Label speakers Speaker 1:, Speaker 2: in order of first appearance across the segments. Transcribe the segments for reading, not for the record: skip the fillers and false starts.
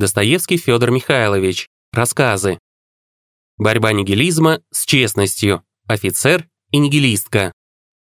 Speaker 1: Достоевский Федор Михайлович. Рассказы. Борьба нигилизма с честностью. Офицер и нигилистка.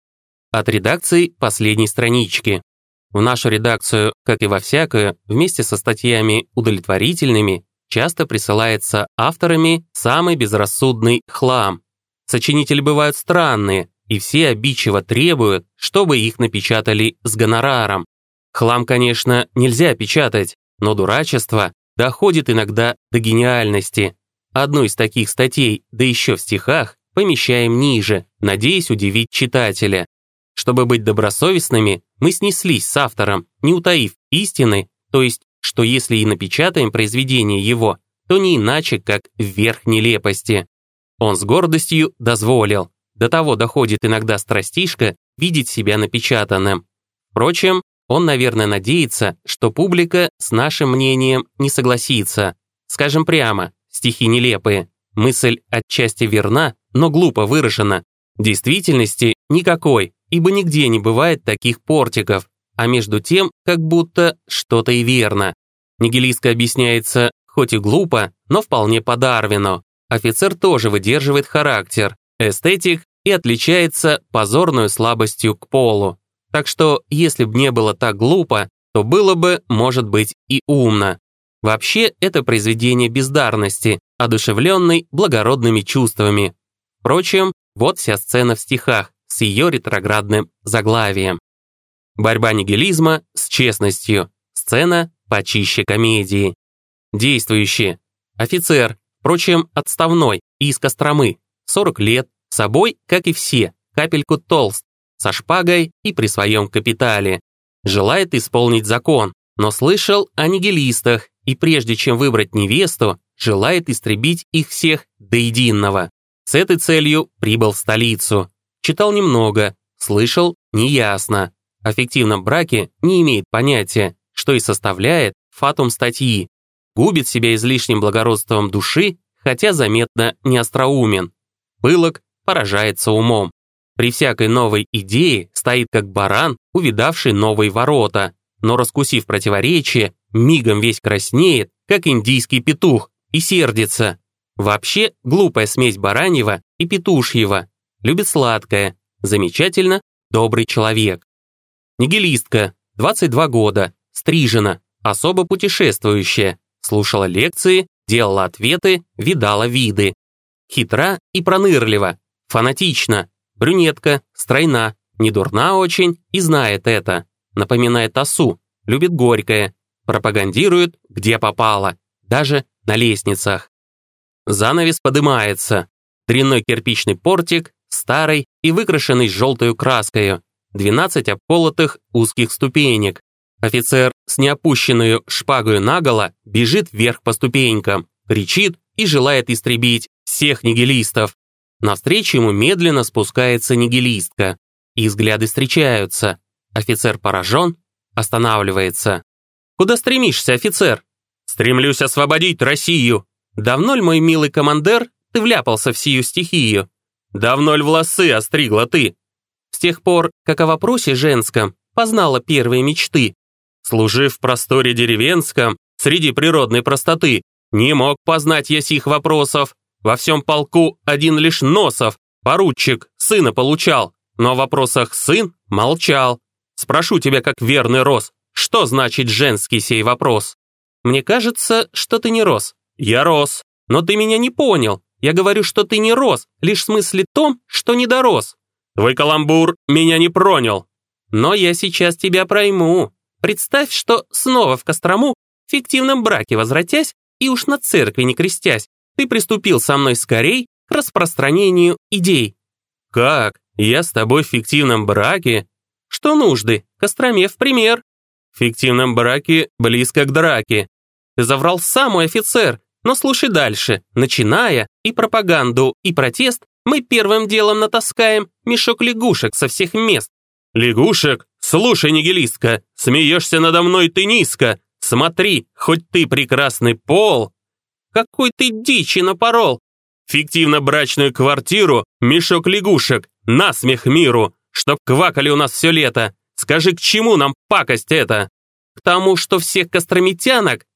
Speaker 1: От редакции последней странички. В нашу редакцию, как и во всякую, вместе со статьями удовлетворительными, часто присылается авторами самый безрассудный хлам. Сочинители бывают странные, и все обидчиво требуют, чтобы их напечатали с гонораром. Хлам, конечно, нельзя печатать, но дурачество доходит иногда до гениальности. Одну из таких статей, да еще в стихах, помещаем ниже, надеясь удивить читателя. Чтобы быть добросовестными, мы снеслись с автором, не утаив истины, то есть, что если и напечатаем произведение его, то не иначе, как вверх нелепости. Он с гордостью дозволил. До того доходит иногда страстишка видеть себя напечатанным. Впрочем, он, наверное, надеется, что публика с нашим мнением не согласится. Скажем прямо, стихи нелепые. Мысль отчасти верна, но глупо выражена. Действительности никакой, ибо нигде не бывает таких портиков, а между тем, как будто что-то и верно. Нигилистка объясняется хоть и глупо, но вполне по Дарвину. Офицер тоже выдерживает характер, эстетик и отличается позорной слабостью к полу. Так что, если б не было так глупо, то было бы, может быть, и умно. Вообще, это произведение бездарности, одушевленной благородными чувствами. Впрочем, вот вся сцена в стихах с ее ретроградным заглавием. Борьба нигилизма с честностью. Сцена почище комедии. Действующие. Офицер, впрочем, отставной, из Костромы, 40 лет, собой, как и все, капельку толст, со шпагой и при своем капитале. Желает исполнить закон, но слышал о нигилистах, и прежде чем выбрать невесту, желает истребить их всех до единого. С этой целью прибыл в столицу. Читал немного, слышал неясно. О фиктивном браке не имеет понятия, что и составляет фатум статьи. Губит себя излишним благородством души, хотя заметно не остроумен. Пылок, поражается умом. При всякой новой идее стоит как баран, увидавший новые ворота, но, раскусив противоречие, мигом весь краснеет, как индийский петух, и сердится. Вообще, глупая смесь бараньего и петушьего. Любит сладкое. Замечательно, добрый человек. Нигилистка, 22 года, стрижена, особо путешествующая, слушала лекции, делала ответы, видала виды. Хитра и пронырлива, фанатична, брюнетка, стройна, не дурна очень и знает это. Напоминает осу, любит горькое, пропагандирует, где попало, даже на лестницах. Занавес подымается. Дрянной кирпичный портик, старый и выкрашенный желтой краской, 12 обколотых узких ступенек. Офицер с неопущенную шпагою наголо бежит вверх по ступенькам, кричит и желает истребить всех нигилистов. Навстречу ему медленно спускается нигилистка. Их взгляды встречаются. Офицер поражен, останавливается. «Куда стремишься, офицер?» «Стремлюсь освободить Россию». «Давно ль, мой милый командир, ты вляпался в сию стихию?» «Давно ль волосы остригла ты?» «С тех пор, как о вопросе женском познала первые мечты». «Служив в просторе деревенском, среди природной простоты, не мог познать я сих вопросов. Во всем полку один лишь Носов, поручик, сына получал, но о вопросах сын молчал. Спрошу тебя, как верный рос, что значит женский сей вопрос?» «Мне кажется, что ты не рос». «Я рос, но ты меня не понял. Я говорю, что ты не рос, лишь в смысле том, что не дорос». «Твой каламбур меня не пронял». «Но я сейчас тебя пройму. Представь, что снова в Кострому, в фиктивном браке возвратясь и уж на церкви не крестясь, ты приступил со мной скорей к распространению идей». «Как? Я с тобой в фиктивном браке?» «Что нужды? Костроме в пример». «В фиктивном браке близко к драке». «Ты заврал сам, мой офицер, но слушай дальше. Начиная и пропаганду, и протест, мы первым делом натаскаем мешок лягушек со всех мест». «Лягушек? Слушай, нигилистка, смеешься надо мной ты низко. Смотри, хоть ты прекрасный пол». «Какой ты дичи напорол!» «Фиктивно-брачную квартиру, мешок лягушек, насмех миру, чтоб квакали у нас все лето. Скажи, к чему нам пакость эта?» «К тому, что всех костромитянок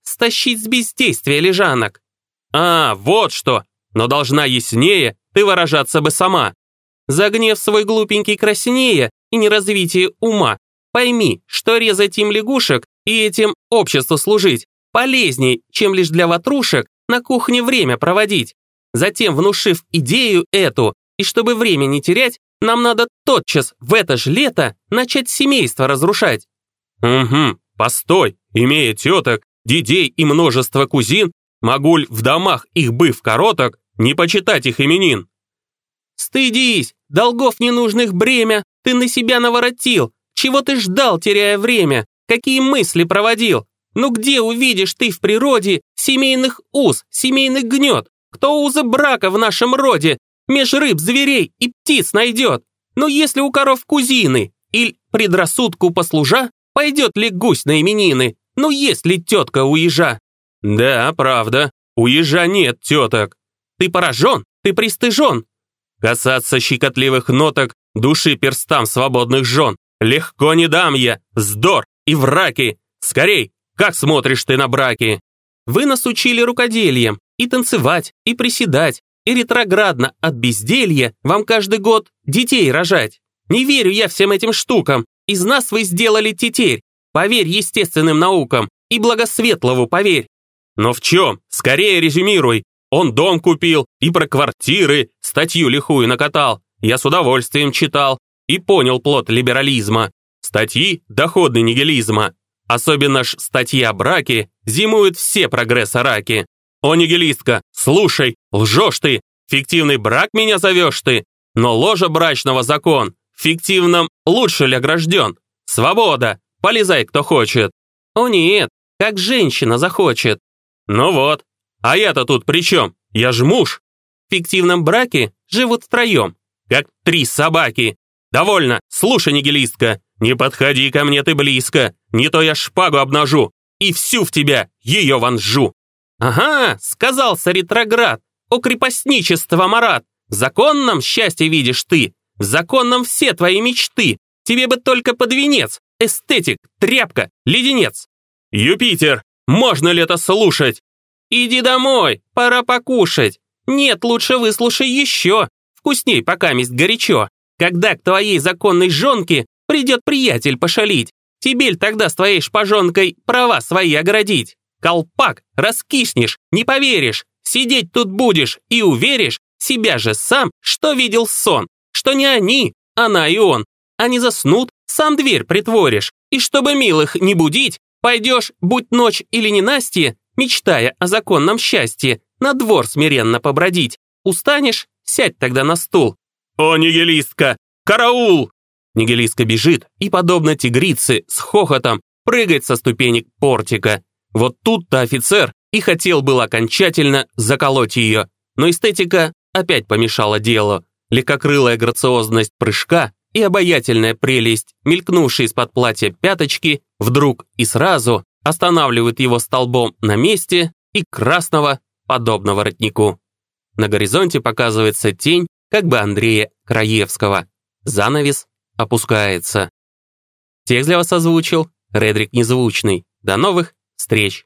Speaker 1: стащить с бездействия лежанок. А, вот что! Но должна яснее ты выражаться бы сама. За гнев свой глупенький краснея и неразвитие ума, пойми, что резать им лягушек и этим обществу служить полезней, чем лишь для ватрушек на кухне время проводить. Затем, внушив идею эту, и чтобы время не терять, нам надо тотчас в это же лето начать семейство разрушать. Угу, постой, имея теток, дедей и множество кузин, могу ль в домах их быв короток не почитать их именин? Стыдись, долгов ненужных бремя ты на себя наворотил. Чего ты ждал, теряя время? Какие мысли проводил? Ну где увидишь ты в природе семейных уз, семейных гнет? Кто узы брака в нашем роде меж рыб, зверей и птиц найдет? Ну если у коров кузины, или предрассудку послужа, пойдет ли гусь на именины? Ну есть ли тетка у ежа? Да, правда, у ежа нет теток. Ты поражен, ты пристыжен. Касаться щекотливых ноток души перстам свободных жен легко не дам я, вздор и враки. Скорей, как смотришь ты на браки? Вы нас учили рукодельем, и танцевать, и приседать, и ретроградно от безделья вам каждый год детей рожать. Не верю я всем этим штукам, из нас вы сделали тетерь. Поверь естественным наукам, и Благосветлову поверь. Но в чем? Скорее резюмируй. Он дом купил, и про квартиры статью лихую накатал. Я с удовольствием читал и понял плод либерализма. Статьи доходы нигилизма. Особенно ж статья о браке зимуют все прогресс-раки. О, нигилистка, слушай, лжешь ты, фиктивный брак меня зовешь ты, но ложа брачного закон, фиктивном лучше ли огражден? Свобода, полезай, кто хочет. О нет, как женщина захочет. Ну вот, а я-то тут при чем? Я ж муж. В фиктивном браке живут втроем, как 3 собаки. Довольно, слушай, нигилистка, не подходи ко мне ты близко, не то я шпагу обнажу и всю в тебя ее вонжу. Ага, сказался ретроград, о крепостничество, Марат, в законном счастье видишь ты, в законном все твои мечты, тебе бы только под венец, эстетик, тряпка, леденец. Юпитер, можно ли это слушать? Иди домой, пора покушать. Нет, лучше выслушай еще, вкусней покаместь горячо. Когда к твоей законной жонке придет приятель пошалить, тебе ль тогда с твоей шпажонкой права свои оградить? Колпак, раскиснешь, не поверишь, сидеть тут будешь и уверишь себя же сам, что видел сон, что не они, она и он. Они заснут, сам дверь притворишь, и чтобы милых не будить, пойдешь, будь ночь или ненастье, мечтая о законном счастье, на двор смиренно побродить. Устанешь, сядь тогда на стул. О, нигилистка, караул! Нигилистка бежит и, подобно тигрице, с хохотом прыгает со ступенек портика. Вот тут-то офицер и хотел был окончательно заколоть ее, но эстетика опять помешала делу. Легкокрылая грациозность прыжка и обаятельная прелесть, мелькнувшие из-под платья пяточки, вдруг и сразу останавливают его столбом на месте и красного, подобно воротнику. На горизонте показывается тень, как бы Андрея Краевского. Занавес опускается. Текст для вас озвучил Редрик Незвучный. До новых встреч!